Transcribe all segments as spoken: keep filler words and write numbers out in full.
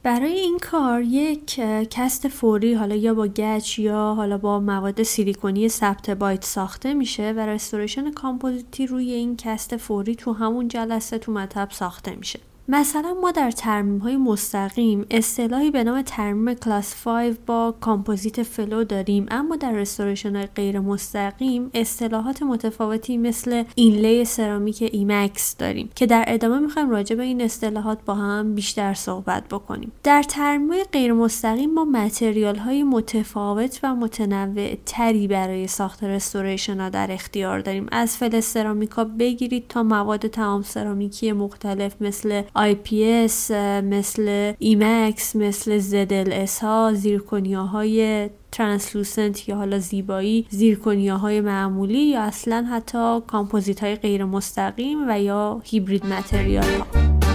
برای این کار یک کست فوری حالا یا با گچ یا حالا با مواد سیلیکونی ثبت بایت ساخته میشه و رستوریشن کامپوزیتی روی این کست فوری تو همون جلسه تو مطب ساخته میشه. مثلا ما در ترمیم‌های مستقیم اصطلاحی به نام ترمیم کلاس پنج با کامپوزیت فلو داریم، اما در رستوریشن غیر مستقیم اصطلاحات متفاوتی مثل اینلی سرامیک ایمکس داریم که در ادامه می‌خوایم راجع به این اصطلاحات با هم بیشتر صحبت بکنیم. در ترمیم‌های غیر مستقیم ما متریال‌های متفاوت و متنوع تری برای ساخت رستوریشن‌ها در اختیار داریم، از فلز سرامیکا بگیرید تا مواد تمام سرامیکی مختلف مثل آی پی اس، مثل ایمکس، مثل زد ال اس ها، زیرکونیاهای ترانسلوسنت یا حالا زیبایی، زیرکونیاهای معمولی یا اصلا حتی کامپوزیت های غیر مستقیم و یا هیبرید متریال ها.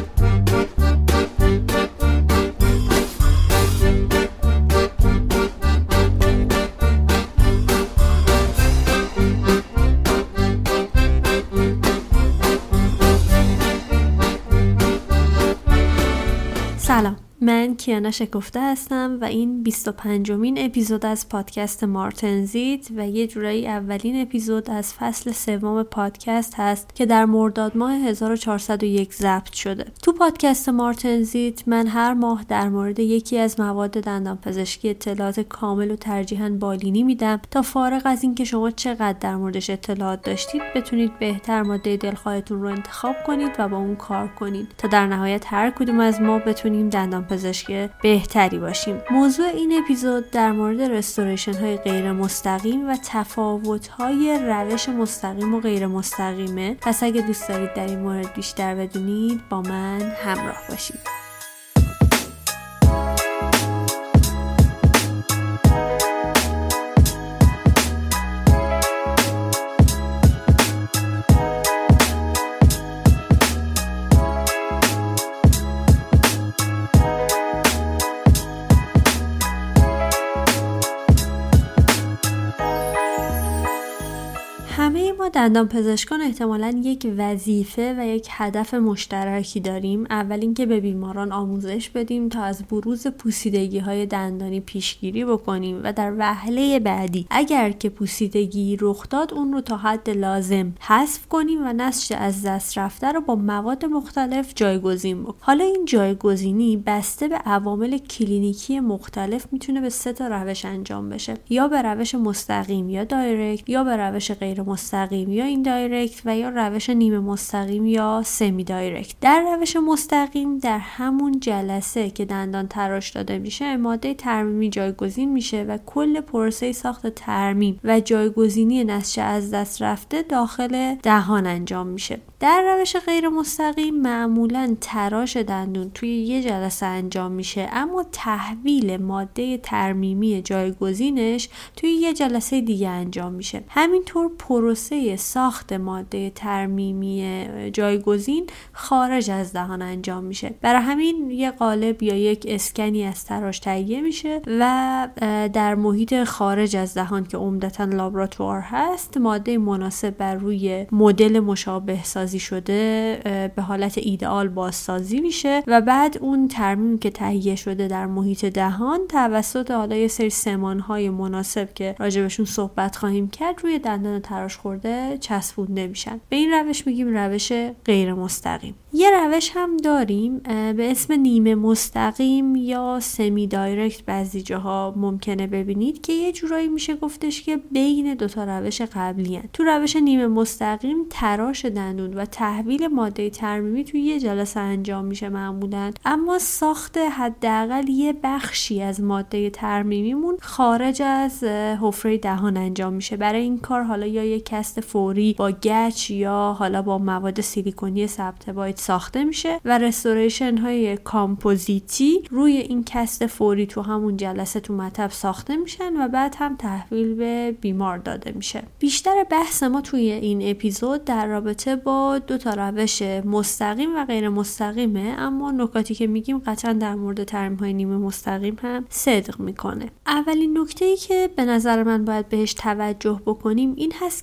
سلام، من کیانا شکفته هستم و این بیست و پنجمین اپیزود از پادکست مارتنزیت و یه جورایی اولین اپیزود از فصل سوم پادکست هست که در مرداد ماه هزار و چهارصد و یک ضبط شده. تو پادکست مارتنزیت من هر ماه در مورد یکی از مواد دندانپزشکی اطلاعات کامل و ترجیحاً بالینی میدم تا فارغ از این که شما چقدر در موردش اطلاعات داشتید بتونید بهتر ماده دلخواهتون رو انتخاب کنید و با اون کار کنید تا در نهایت هر کدوم از ما بتونیم دندان پزشک بهتری باشیم. موضوع این اپیزود در مورد رستوریشن های غیر مستقیم و تفاوت های روش مستقیم و غیر مستقیمه. پس اگه دوست دارید در این مورد بیشتر بدونید با من همراه باشید. دندان پزشکان احتمالاً یک وظیفه و یک هدف مشترکی داریم. اول اینکه به بیماران آموزش بدیم تا از بروز پوسیدگی‌های دندانی پیشگیری بکنیم و در وهله بعدی اگر که پوسیدگی رخ داد اون رو تا حد لازم حذف کنیم و نسج از دست رفته رو با مواد مختلف جایگزین بکنیم. حالا این جایگزینی بسته به عوامل کلینیکی مختلف میتونه به سه تا روش انجام بشه، یا به روش مستقیم یا دایرکت، یا به روش غیر مستقیم یا این دایرکت و یا روش نیمه مستقیم یا سمی دایرکت. در روش مستقیم در همون جلسه که دندان تراش داده میشه ماده ترمیمی جایگزین میشه و کل پروسه ساخت ترمیم و جایگزینی نسج از دست رفته داخل دهان انجام میشه. در روش غیر مستقیم معمولاً تراش دندون توی یه جلسه انجام میشه، اما تحویل ماده ترمیمی جایگزینش توی یه جلسه دیگه انجام میشه. همینطور پروسه ساخت ماده ترمیمی جایگزین خارج از دهان انجام میشه. برای همین یه قالب یا یک اسکنی از تراش تهیه میشه و در محیط خارج از دهان که عمدتاً لابراتوار هست ماده مناسب بر روی مدل مشابه سازی شده به حالت ایدئال بازسازی میشه و بعد اون ترمیم که تهیه شده در محیط دهان توسط حالا یه سری سمانهای مناسب که راجبشون صحبت خواهیم کرد روی دندان تراش خورده چسبونده میشن. به این روش میگیم روش غیر مستقیم. یه روش هم داریم به اسم نیمه مستقیم یا سمی دایرکت، بعضی جاها ممکنه ببینید که یه جورایی میشه گفتش که بین دوتا روش قبلی هن. تو روش نیمه مستقیم تراش دندون و تحویل ماده ترمیمی توی یه جلسه انجام میشه معمولاً، اما ساخت حداقل یه بخشی از ماده ترمیمیمون خارج از حفره دهان انجام میشه. برای این کار حالا یا یک کست فوری با گچ یا حالا با مواد سیلیکونی ثبت بایت ساخته میشه و رستوریشن های کامپوزیتی روی این کست فوری تو همون جلسه تو مطب ساخته میشن و بعد هم تحویل به بیمار داده میشه. بیشتر بحث ما توی این اپیزود در رابطه با دو تا روش مستقیم و غیر مستقیمه، اما نکاتی که میگیم قطعا در مورد ترمیم های نیمه مستقیم هم صدق میکنه. اولین نکته‌ای که به نظر من باید بهش توجه بکنیم این هست که در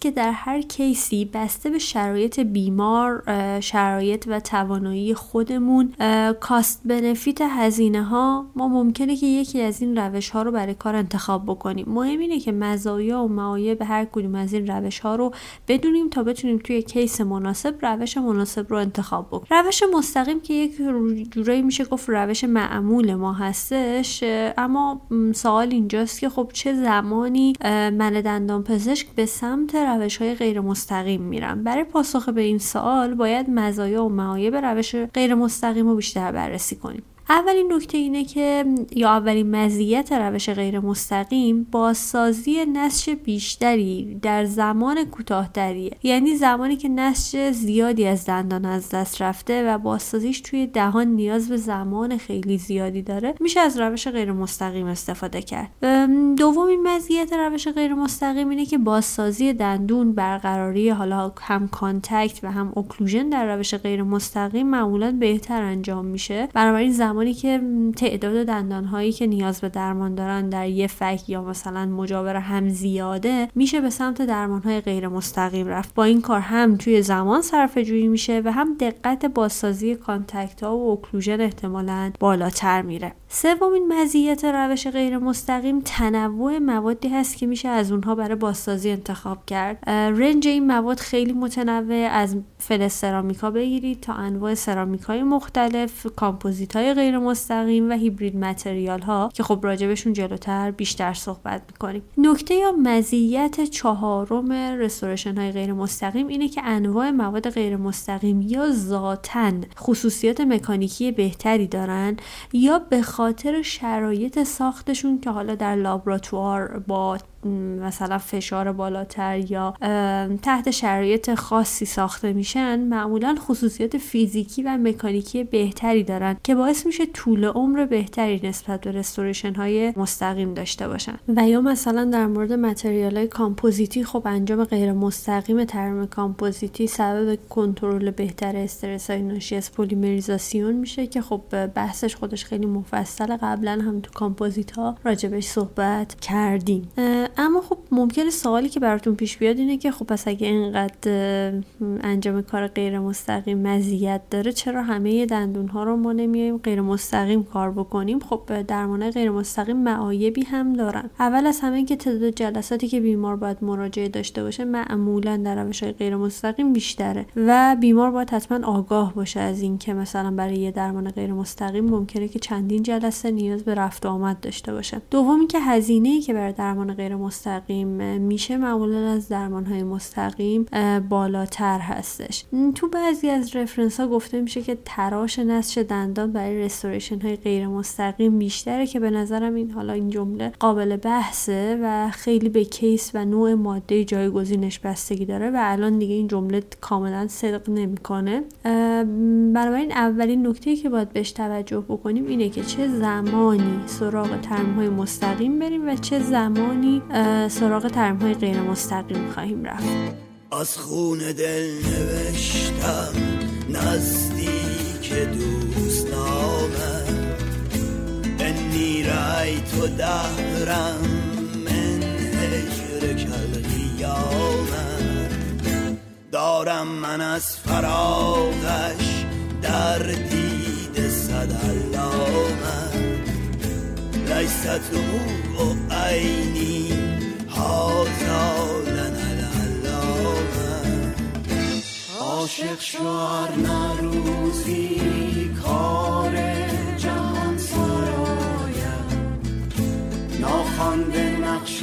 هر کیسی بسته به شرایط بیمار، شرایط و توانایی خودمون، کاست بنفیت هزینه ها، ما ممکنه که یکی از این روش ها رو برای کار انتخاب بکنیم. مهم اینه که مزایا و معایب هر کدوم از این روش ها رو بدونیم تا بتونیم توی کیس مناسب روش مناسب رو انتخاب بکنیم. روش مستقیم که یک جورایی میشه گفت روش معمول ما هستش، اما سوال اینجاست که خب چه زمانی من دندان پزشک به سمت روش‌های غیر مستقیم میرم؟ برای پاسخ به این سوال باید مزایا و معایب روش غیر مستقیم رو بیشتر بررسی کنیم. اولین نکته اینه که یا اولین مزیت روش غیر مستقیم بازسازی نسج بیشتری در زمان کوتاه‌تریه. یعنی زمانی که نسج زیادی از دندان از دست رفته و بازسازیش توی دهان نیاز به زمان خیلی زیادی داره، میشه از روش غیر مستقیم استفاده کرد. دومین مزیت روش غیر مستقیم اینه که بازسازی دندون، برقراری حالا هم کانتکت و هم اوکلوژن در روش غیر مستقیم معمولاً بهتر انجام میشه. بنابراین زمانی که تعداد دندانهایی که نیاز به درمان دارن در یه فک یا مثلا مجاور هم زیاده، میشه به سمت درمانهای غیر مستقیم رفت. با این کار هم توی زمان صرفه جویی میشه و هم دقت بازسازی کانتکت ها و اوکلوژن احتمالاً بالاتر میره. سومین مزیت روش غیر مستقیم تنوع موادی هست که میشه از اونها برای بازسازی انتخاب کرد. رنج این مواد خیلی متنوع، از فلز سرامیکا بگیرید تا انواع سرامیکای مختلف، کامپوزیت‌های غیر مستقیم و هیبرید متریال ها که خب راجبشون جلوتر بیشتر صحبت میکنیم. نکته یا مزیت چهارم رستوریشن های غیر مستقیم اینه که انواع مواد غیر مستقیم یا ذاتاً خصوصیات مکانیکی بهتری دارن یا به خاطر شرایط ساختشون که حالا در لابراتوار با مثلا فشار بالاتر یا تحت شرایط خاصی ساخته میشن، معمولا خصوصیات فیزیکی و مکانیکی بهتری دارن که باعث میشه طول عمر بهتری نسبت به رستوریشن های مستقیم داشته باشن. و یا مثلا در مورد متریال های کامپوزیتی، خب انجام غیر مستقیم ترمیم کامپوزیتی سبب کنترل بهتر استرس های ناشی از پلیمریزاسیون میشه که خب بحثش خودش خیلی مفصل، قبلا هم تو کامپوزیت ها راجبش صحبت کردیم. اما خب ممکنه سوالی که براتون پیش بیاد اینه که خب پس اگه اینقدر انجام کار غیر مستقیم مزیت داره، چرا همه دندون ها رو ما نمیایم غیر مستقیم کار بکنیم؟ خب درمان غیر مستقیم معایبی هم دارن. اول از همه که تعداد جلساتی که بیمار باید مراجعه داشته باشه معمولا در روش غیر مستقیم بیشتره و بیمار باید حتما آگاه باشه از این که مثلا برای یه درمان غیر مستقیم ممکنه که چندین جلسه نیاز به رفت و آمد داشته باشه. دومی که هزینه‌ای که برای درمان غیر مستقیم میشه معمولا از درمان‌های مستقیم بالاتر هستش. تو بعضی از رفرنس ها گفته میشه که تراش نسج دندان برای رستوریشن های غیر مستقیم بیشتره که به نظرم این حالا این جمله قابل بحثه و خیلی به کیس و نوع ماده جایگزینش بستگی داره و الان دیگه این جمله کاملا صدق نمیکنه. بنابراین اولین نکته‌ای که باید بهش توجه بکنیم اینه که چه زمانی سراغ ترمیم مستقیم بریم و چه زمانی سراغ ترمیم های غیر مستقیم خواهیم رفت. از خون دل نوشتم نزدیک دوستنامه، انی رأیت دهرم من هجر کالقیامه، دارم من از فراغش در دید صد علامه، لیست دموع عینی هذا لنا العلامه، عاشق شوهر نروزی کار جهان سرایم، ناخوانده نقش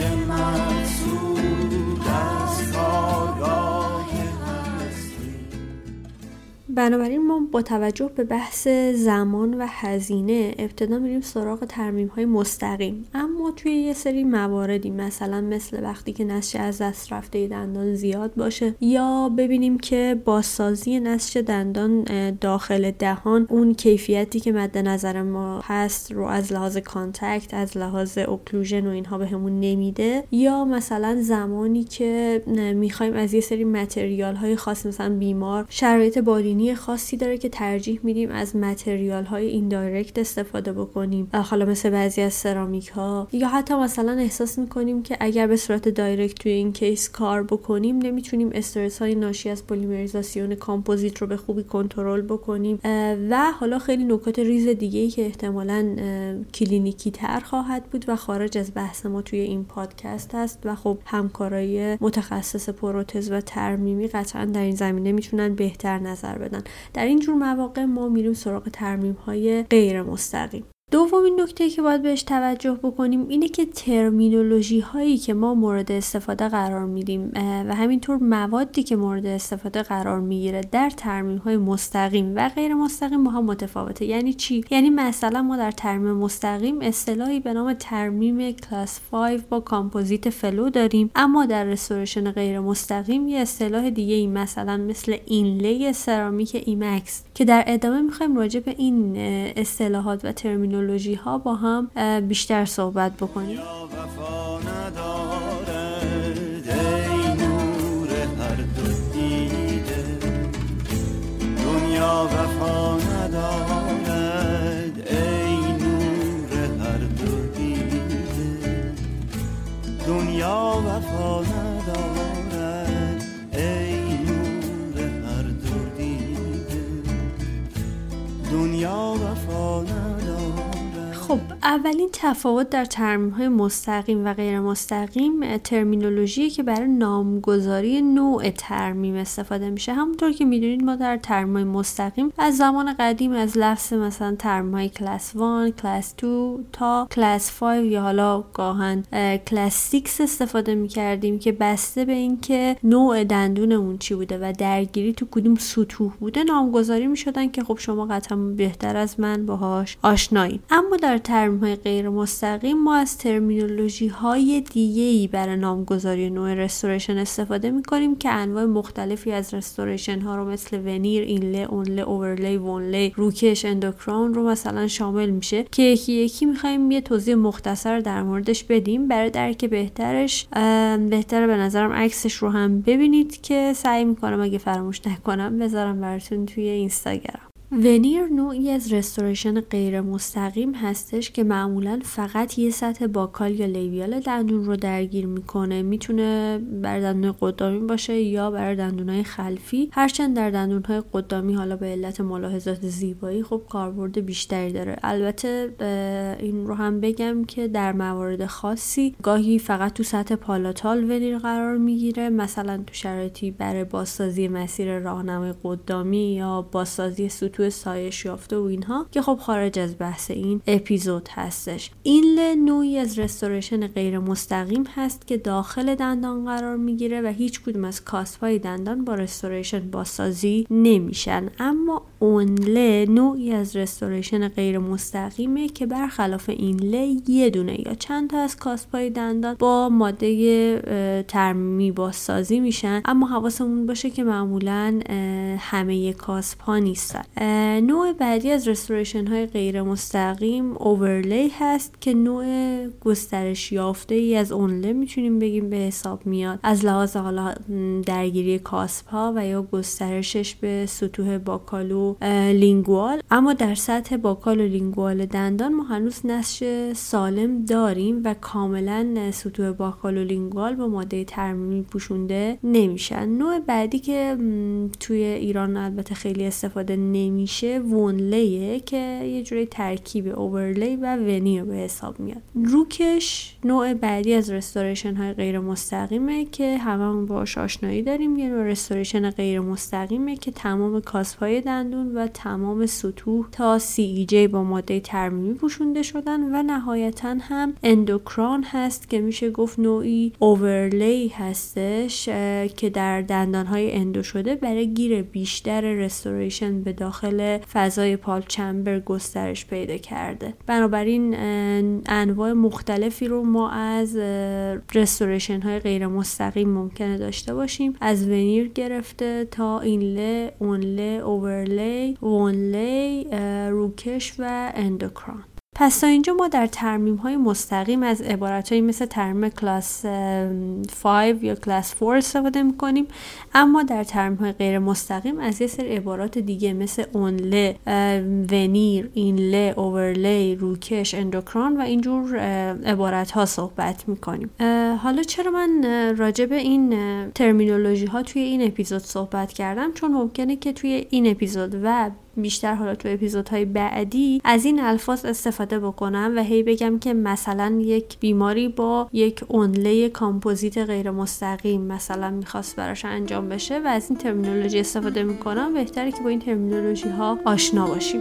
مقصود از کارگاه هستی. بنابراین ما با توجه به بحث زمان و هزینه ابتدا میریم سراغ ترمیم های مستقیم، اما توی یه سری مواردی مثلا مثل وقتی که نسج از دست رفته دندان زیاد باشه یا ببینیم که بازسازی نسج دندان داخل دهان اون کیفیتی که مد نظر ما هست رو از لحاظ کانتکت، از لحاظ اوکلوژن و اینها به همون نمیده، یا مثلا زمانی که میخوایم از یه سری متریال های خاص مثلا بیمار شرایط بالینی دندانی خاصی داره که ترجیح میدیم از متریال های ایندایرکت استفاده بکنیم، حالا مثل بعضی از سرامیک ها، یا حتی مثلا احساس میکنیم که اگر به صورت دایرکت توی این کیس کار بکنیم نمیتونیم استرس های ناشی از پلیمریزاسیون کامپوزیت رو به خوبی کنترل بکنیم و حالا خیلی نکات ریز دیگه ای که احتمالاً کلینیکی تر خواهد بود و خارج از بحث ما توی این پادکست هست و خب همکارای متخصص پروتز و ترمیمی قطعا در این زمینه میتونن بهتر نظر بدن. در این جور مواقع ما میریم سراغ ترمیم های غیر مستقیم. دومین نکته که باید بهش توجه بکنیم اینه که ترمینولوژی هایی که ما مورد استفاده قرار میدیم و همینطور موادی که مورد استفاده قرار میگیره در ترمیم های مستقیم و غیر مستقیم با هم متفاوته. یعنی چی؟ یعنی مثلا ما در ترمیم مستقیم اصطلاحی به نام ترمیم کلاس پنج با کامپوزیت فلو داریم، اما در رستوریشن غیر مستقیم یه اصطلاح دیگه ای مثلا مثل اینلی سرامیک ایمکس که در ادامه میخوایم راجع به این اصطلاحات و ترمینولوژی ها با هم بیشتر صحبت بکنیم. دنیا وفا ندارد ای نور هر دو دیده، دنیا وفا ندارد ای نور هر دو دیده، دنیا وفا ندارد. خب اولین تفاوت در ترمیم‌های مستقیم و غیر مستقیم ترمینولوژی که برای نامگذاری نوع ترمیم استفاده میشه. همونطور که میدونید ما در ترمیم‌های مستقیم از زمان قدیم از لفظ مثلا ترمیم‌های کلاس یک، کلاس دو تا کلاس پنج یا حالا گاهن کلاس شش استفاده میکردیم که بسته به اینکه نوع دندونمون چی بوده و درگیری تو کدوم سطوح بوده نامگذاری میشدن که خب شما قطعا بهتر از من باهاش آشنایید. اما در ترمیم غیر مستقیم ما از ترمینولوژی های دیگه‌ای برای نامگذاری نوع رستوریشن استفاده می‌کنیم که انواع مختلفی از رستوریشن ها رو مثل ونیر، اینله، اونله، اوورلی، وونلی، روکش، اندوکراون رو مثلا شامل میشه که یکی یکی می‌خوایم یه توضیح مختصر در موردش بدیم. برای درک بهترش بهتره به نظرم عکسش رو هم ببینید که سعی می‌کنم اگه فراموش نکنم بذارم براتون توی اینستاگرام. ونیر نوعی از رستوریشن غیر مستقیم هستش که معمولاً فقط یه سطح باکال یا لیبیال دندون رو درگیر میکنه. میتونه برای دندون قدامی باشه یا برای دندونهای خلفی، هرچند در دندونهای قدامی حالا به علت ملاحظات زیبایی خب کاربرد بیشتری داره. البته این رو هم بگم که در موارد خاصی گاهی فقط تو سطح پالاتال ونیر قرار میگیره، مثلا تو شرایطی برای بازسازی مسیر راهنمای قدامی یا بازسازی سطوح سایش یافته و اینها که خب خارج از بحث این اپیزود هستش. اینله نوعی از رستوریشن غیر مستقیم هست که داخل دندان قرار میگیره و هیچ کدوم از کاسپای دندان با رستوریشن بازسازی نمیشن. اما اونله نوعی از رستوریشن غیر مستقیمه که برخلاف اینله یه دونه یا چند تا از کاسپای دندان با ماده ترمیمی بازسازی میشن، اما حواسمون باشه که معمولاً همه کاسپا نیستن. نوع بعدی از رستوریشن های غیر مستقیم اوورلی هست که نوع گسترش یافته ای از اونله میتونیم بگیم به حساب میاد از لحاظ حالا درگیری کاسپ ها و یا گسترشش به سطوح باکال و لینگوال. اما در سطح باکال و لینگوال دندان ما هنوز نسج سالم داریم و کاملا سطوح باکال و لینگوال با ماده ترمیمی پوشونده نمیشن. نوع بعدی که توی ایران البته خیلی استفاده نمیشه وونلیه که یه جوری ترکیب اوورلی و ونیر به حساب میاد. روکش نوع بعدی از رستوریشن های غیر مستقیمه که هممون باهاش آشنایی داریم. یه نوع رستوریشن غیر مستقیمه که تمام کاسپای دندون و تمام سطوح تا سی ای جی با ماده ترمیمی پوشونده شدن و نهایتا هم اندوکران هست که میشه گفت نوعی اوورلی هستش که در دندان های اندو شده برای گیر بیشتر رستوریشن به داخل فضای پالپ چمبر گسترش پیدا کرده. بنابراین انواع مختلفی رو ما از رستوریشن های غیر مستقیم ممکنه داشته باشیم، از ونیر گرفته تا اینله، اونله، اوورلی، وونلی، روکش و اندوکران. پس تا اینجا ما در ترمیم‌های مستقیم از عبارت‌هایی مثل ترمیم کلاس پنج یا کلاس چهار استفاده می‌کنیم، اما در ترمیم‌های غیر مستقیم از یه سری عبارات دیگه مثل اونله، ونیر، اینله، اوورلی، روکش، اندوکران و اینجور عبارت‌ها صحبت می‌کنیم. حالا چرا من راجع به این ترمینولوژی ها توی این اپیزود صحبت کردم؟ چون ممکنه که توی این اپیزود و بیشتر حالا تو اپیزودهای بعدی از این الفاظ استفاده بکنم و هی بگم که مثلا یک بیماری با یک اونله کامپوزیت غیر مستقیم مثلا میخواست براش انجام بشه و از این ترمینولوژی استفاده میکنم. بهتره که با این ترمینولوژی ها آشنا باشیم.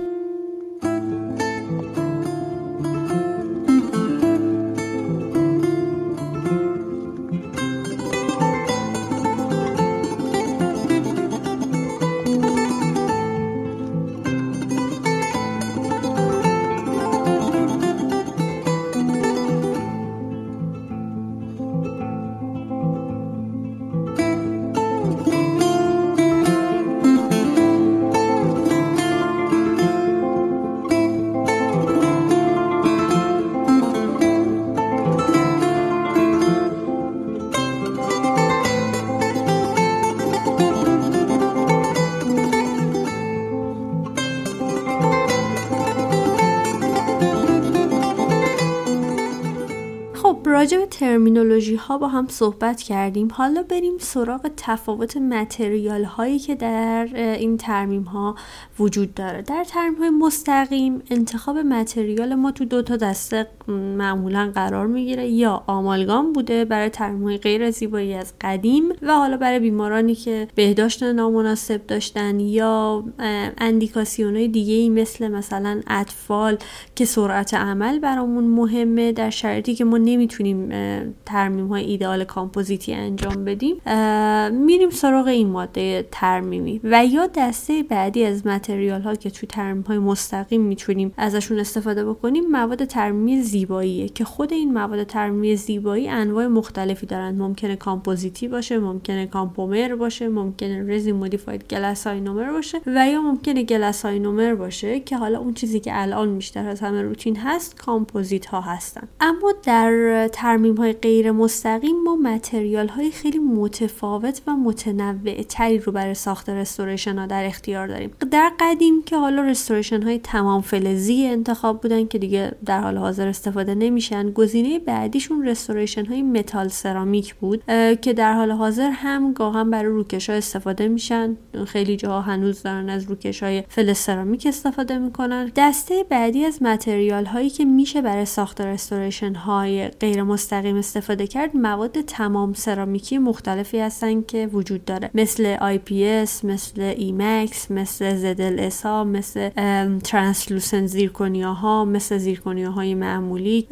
راجع به ترمینولوژی ها با هم صحبت کردیم. حالا بریم سراغ تفاوت متریال هایی که در این ترمیم ها وجود داره. در ترمیم های مستقیم انتخاب متریال ما تو دو تا دسته معمولا قرار میگیره، یا آمالگام بوده برای ترمیم های غیر زیبایی از قدیم و حالا برای بیمارانی که بهداشت نامناسب داشتن، یا اندیکاسیون های دیگه ای مثل مثلا اطفال که سرعت عمل برامون مهمه در شرایطی که ما نمیتونیم ترمیم های ایدئال کامپوزیتی انجام بدیم، میریم سراغ این ماده ترمیمی. و یا دسته بعدی از متریال ها که توی ترمیم های مستقیم میتونیم ازشون استفاده بکنیم مواد ترمیمی زیباییه که خود این مواد ترمیمی زیبایی انواع مختلفی دارن. ممکنه کامپوزیتی باشه، ممکنه کامپومر باشه، ممکنه رزین مودیفاید گلاساینومر باشه و یا ممکنه گلاساینومر باشه که حالا اون چیزی که الان بیشتر از همه روتین هست کامپوزیت ها هستن. اما در ترمیم های غیر مستقیم ما متریال های خیلی متفاوت و متنوع تری رو برای ساخت رستوریشن ها در اختیار داریم. در قدیم که حالا رستوریشن های تمام فلزی انتخاب بودن که دیگه در حال حاضر استفاده نمیشن، گزینه بعدیشون رستوریشن های متال سرامیک بود که در حال حاضر هم گاهن برای روکش ها استفاده میشن. خیلی جاها هنوز دارن از روکش های فلز سرامیک استفاده میکنن. دسته بعدی از متریال هایی که میشه برای ساخت رستوریشن های غیر مستقیم استفاده کرد مواد تمام سرامیکی مختلفی هستن که وجود داره، مثل آی پی اس، مثل ایمکس، مثل زد ال اس ها، مثل ترانسلوسنت زیرکونیا ها، مثل زیرکونیا های معمولی.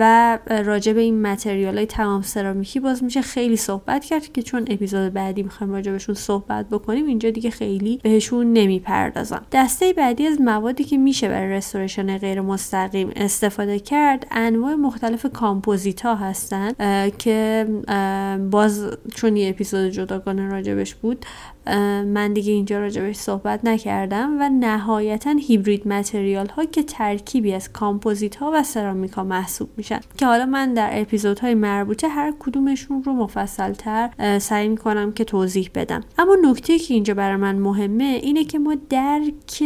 و راجع به این متریال های تمام سرامیکی باز میشه خیلی صحبت کرد که چون اپیزود بعدی میخوایم راجع بهشون صحبت بکنیم اینجا دیگه خیلی بهشون نمیپردازم. دسته بعدی از موادی که میشه برای رستوریشن غیر مستقیم استفاده کرد انواع مختلف کامپوزیت ها هستن که باز چون یه اپیزود جداگانه راجبش بود من دیگه اینجا راجبش صحبت نکردم. و نهایتا هیبرید متریال ها که ترکیبی از کامپوزیت ها و سرامیک ها محسوب میشن که حالا من در اپیزودهای مربوطه هر کدومشون رو مفصل تر سعی میکنم که توضیح بدم. اما نکته که اینجا برای من مهمه اینه که ما درک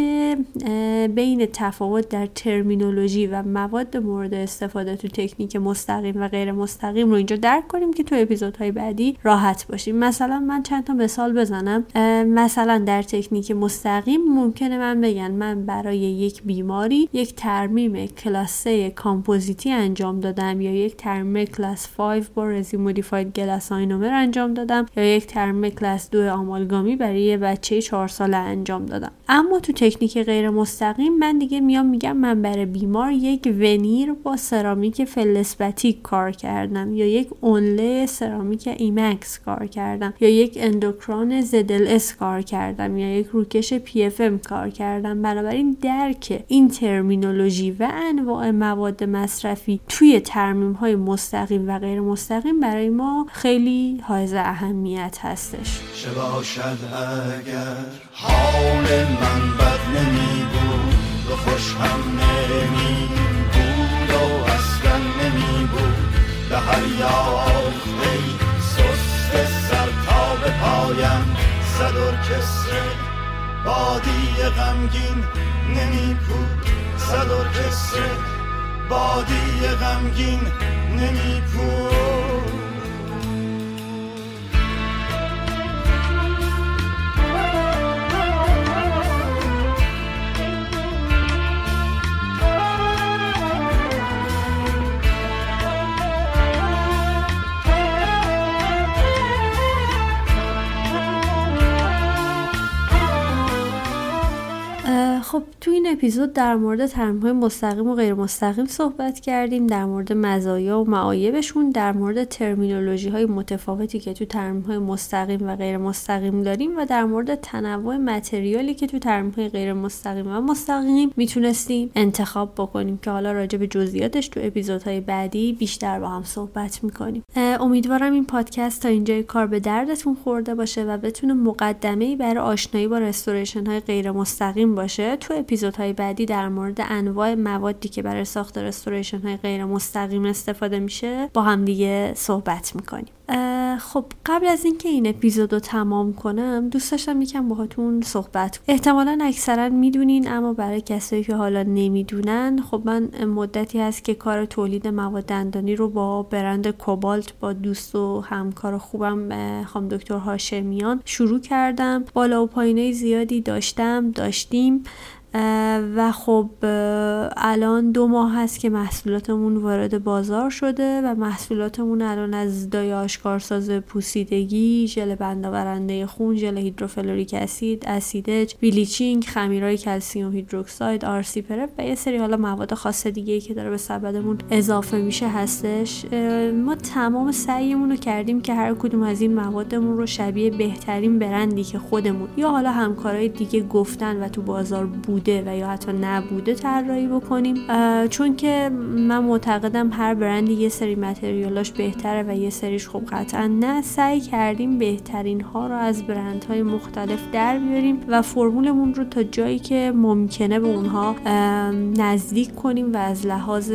بین تفاوت در ترمینولوژی و مواد مورد استفاده تو تکنیک مستقیم و غیر مستقیم رو اینجا درک کنیم که تو اپیزودهای بعدی راحت باشیم. مثلا من چند تا مثال بزنم. مثلا در تکنیک مستقیم ممکنه من بگن من برای یک بیماری یک ترمیم کلاس سه کامپوزیتی انجام دادم، یا یک ترمیم کلاس پنج با رزین مودیفاید گلاساینومر انجام دادم، یا یک ترمیم کلاس دو آمالگامی برای یه بچه چهار ساله انجام دادم. اما تو تکنیک غیر مستقیم من دیگه میام میگم من برای بیمار یک ونیر با سرامیک فلزپاتیک کار کردم، یا یک اونله سرامیک ایمکس کار کردم، یا یک اندوکران زد ال اس کار کردم، یا یک روکش پی اف ام کار کردم. بنابراین درک این ترمینولوژی و انواع مواد مصرفی توی ترمیم های مستقیم و غیر مستقیم برای ما خیلی حائز اهمیت هستش. چه باشد اگر حال من بد نمی بود و خوش هم نمی بود، فریاد ای سست سر تا به پایم صد ارکستر بادی غمگین نمیپو صد ارکستر بادی غمگین نمیپو خب تو این اپیزود در مورد ترمیم مستقیم و غیر مستقیم صحبت کردیم، در مورد مزایا و معایبشون، در مورد ترمینولوژی های متفاوتی که تو ترمیم های مستقیم و غیر مستقیم داریم و در مورد تنوع متریالی که تو ترمیم های غیر مستقیم و مستقیم میتونستیم انتخاب بکنیم که حالا راجع به جزئیاتش تو اپیزودهای بعدی بیشتر با هم صحبت میکنیم. امیدوارم این پادکست تا اینجای کار به دردتون خورده باشه و بتونه مقدمه‌ای برای آشنایی با رستوریشن های غیر مستقیم باشه. تو اپیزودهای بعدی در مورد انواع موادی که برای ساخت رستوریشن های غیر مستقیم استفاده میشه با هم دیگه صحبت میکنیم. خب قبل از اینکه این اپیزودو تمام کنم دوست داشتم یکم باهاتون صحبت کنم. احتمالاً اکثرا میدونین اما برای کسایی که حالا نمیدونن، خب من مدتی هست که کار تولید مواد دندانی رو با برند کوبالت با دوست و همکار خوبم خانم دکتر هاشمیان شروع کردم. بالا و پایینای زیادی داشتم داشتیم و خب الان دو ماه هست که محصولاتمون وارد بازار شده و محصولاتمون الان از دای آشکارساز پوسیدگی، ژل بندآورنده خون، ژل هیدروفلوریک اسید، اسیدج، بلیچینگ، خمیرای کلسیم هیدروکساید، آر سی پرپ و یه سری حالا مواد خاص دیگه‌ای که داره به سبدمون اضافه میشه هستش. ما تمام سعیمون رو کردیم که هر کدوم از این موادمون رو شبیه بهترین برندی که خودمون یا حالا همکارای دیگه گفتن و تو بازار بود و یا حتی نبوده طراحی بکنیم، چون که من معتقدم هر برندی یه سری متریالاش بهتره و یه سریش خب قطعا نه. سعی کردیم بهترین ها رو از برندهای مختلف در بیاریم و فرمولمون رو تا جایی که ممکنه به اونها نزدیک کنیم و از لحاظ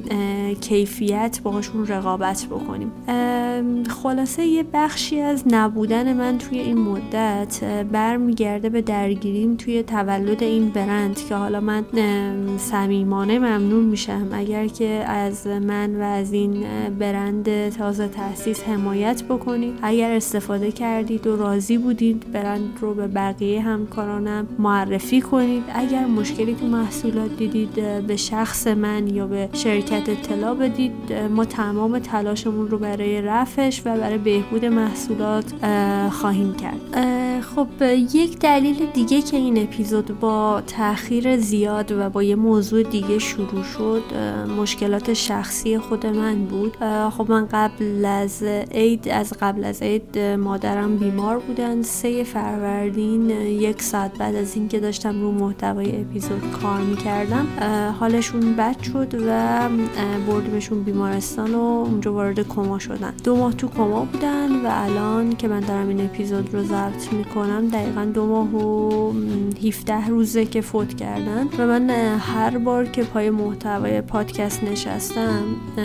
کیفیت باهاشون رقابت بکنیم. خلاصه یه بخشی از نبودن من توی این مدت برمیگرده به درگیریم توی تولد این برند که حالا من صمیمانه ممنون میشم اگر که از من و از این برند تازه تأسیس حمایت بکنید. اگر استفاده کردید و راضی بودید برند رو به بقیه همکارانم معرفی کنید. اگر مشکلی تو محصولات دیدید به شخص من یا به شرکت اطلاع بدید. ما تمام تلاشمون رو برای رفعش و برای بهبود محصولات خواهیم کرد. خب یک دلیل دیگه که این اپیزود با تأخیر زیاد و با یه موضوع دیگه شروع شد مشکلات شخصی خود من بود. خب من قبل از عید از قبل از عید مادرم بیمار بودن. سه فروردین یک ساعت بعد از اینکه داشتم رو محتوای اپیزود کار میکردم حالشون بد شد و بردیمشون بیمارستان و اونجا وارد کما شدن. دو ماه تو کما بودن و الان که من دارم این اپیزود رو ضبط میکنم دقیقاً دو ماه و هفده روزه که فوت کردن و من هر بار که پای محتوای پادکست نشستم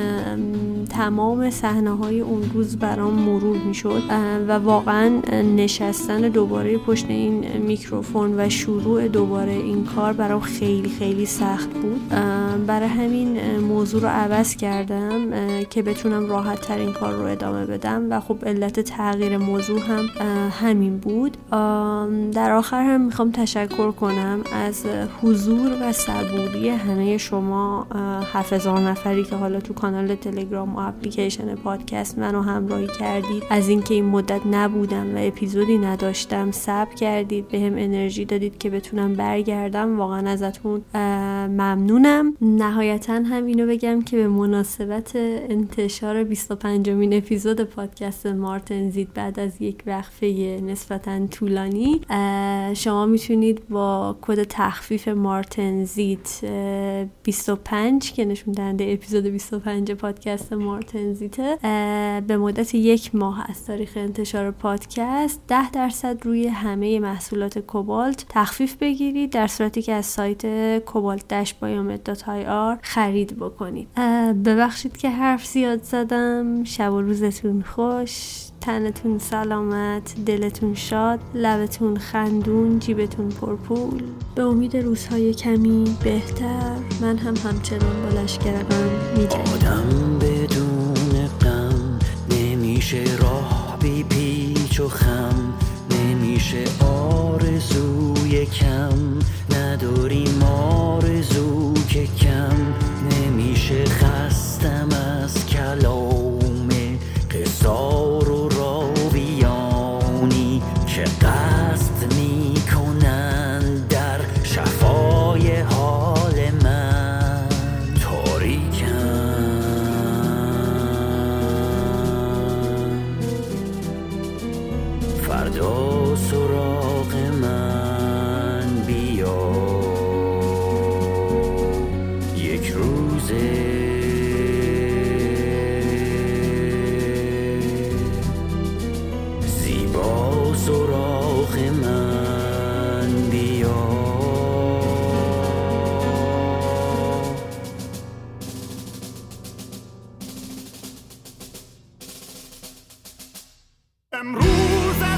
تمام صحنه‌های اون روز برام مرور میشد و واقعا نشستن دوباره پشت این میکروفون و شروع دوباره این کار برام خیلی خیلی سخت بود. برای همین موضوع رو عوض کردم که بتونم راحت تر این کار رو ادامه بدم و خب علت تغییر موضوع هم همین بود. در آخر هم میخوام تشکر کنم از حضور و صبوری همه شما هفت هزار نفری که حالا تو کانال تلگرام و اپلیکیشن پادکست منو همراهی کردید. از اینکه این مدت نبودم و اپیزودی نداشتم صبر کردید، بهم انرژی دادید که بتونم برگردم. واقعا ازتون ممنونم. نهایتا هم اینو بگم که به مناسبت انتشار بیست و پنجمین اپیزود پادکست مارتن زید بعد از یک وقفه نسبتا طولانی شما میتونید با کد تخفیف مارتنزیت بیست و پنج که نشون دهنده اپیزود بیست و پنج پادکست مارتنزیته به مدت یک ماه از تاریخ انتشار پادکست ده درصد روی همه محصولات کوبالت تخفیف بگیرید در صورتی که از سایت کوبالت داش بایومد دات آی آر خرید بکنید. ببخشید که حرف زیاد زدم. شب و روزتون خوش، تنتون سلامت، دلتون شاد، لبتون خندون، جیبتون پرپول. به امید روزهای کمی بهتر. من هم همچنان با لشکر غم میجنگم. آدم بدون غم نمیشه، راه بی پیچ و خم نمیشه، آرزوی کم نداریم، آرزو که کم نمیشه. خستم از کلام قصار و راویانی که قصد میکنن در شفای حال من. تاریکم فردا سراغ من بیا، یک روزه زیبا سراغ من بیا. امروز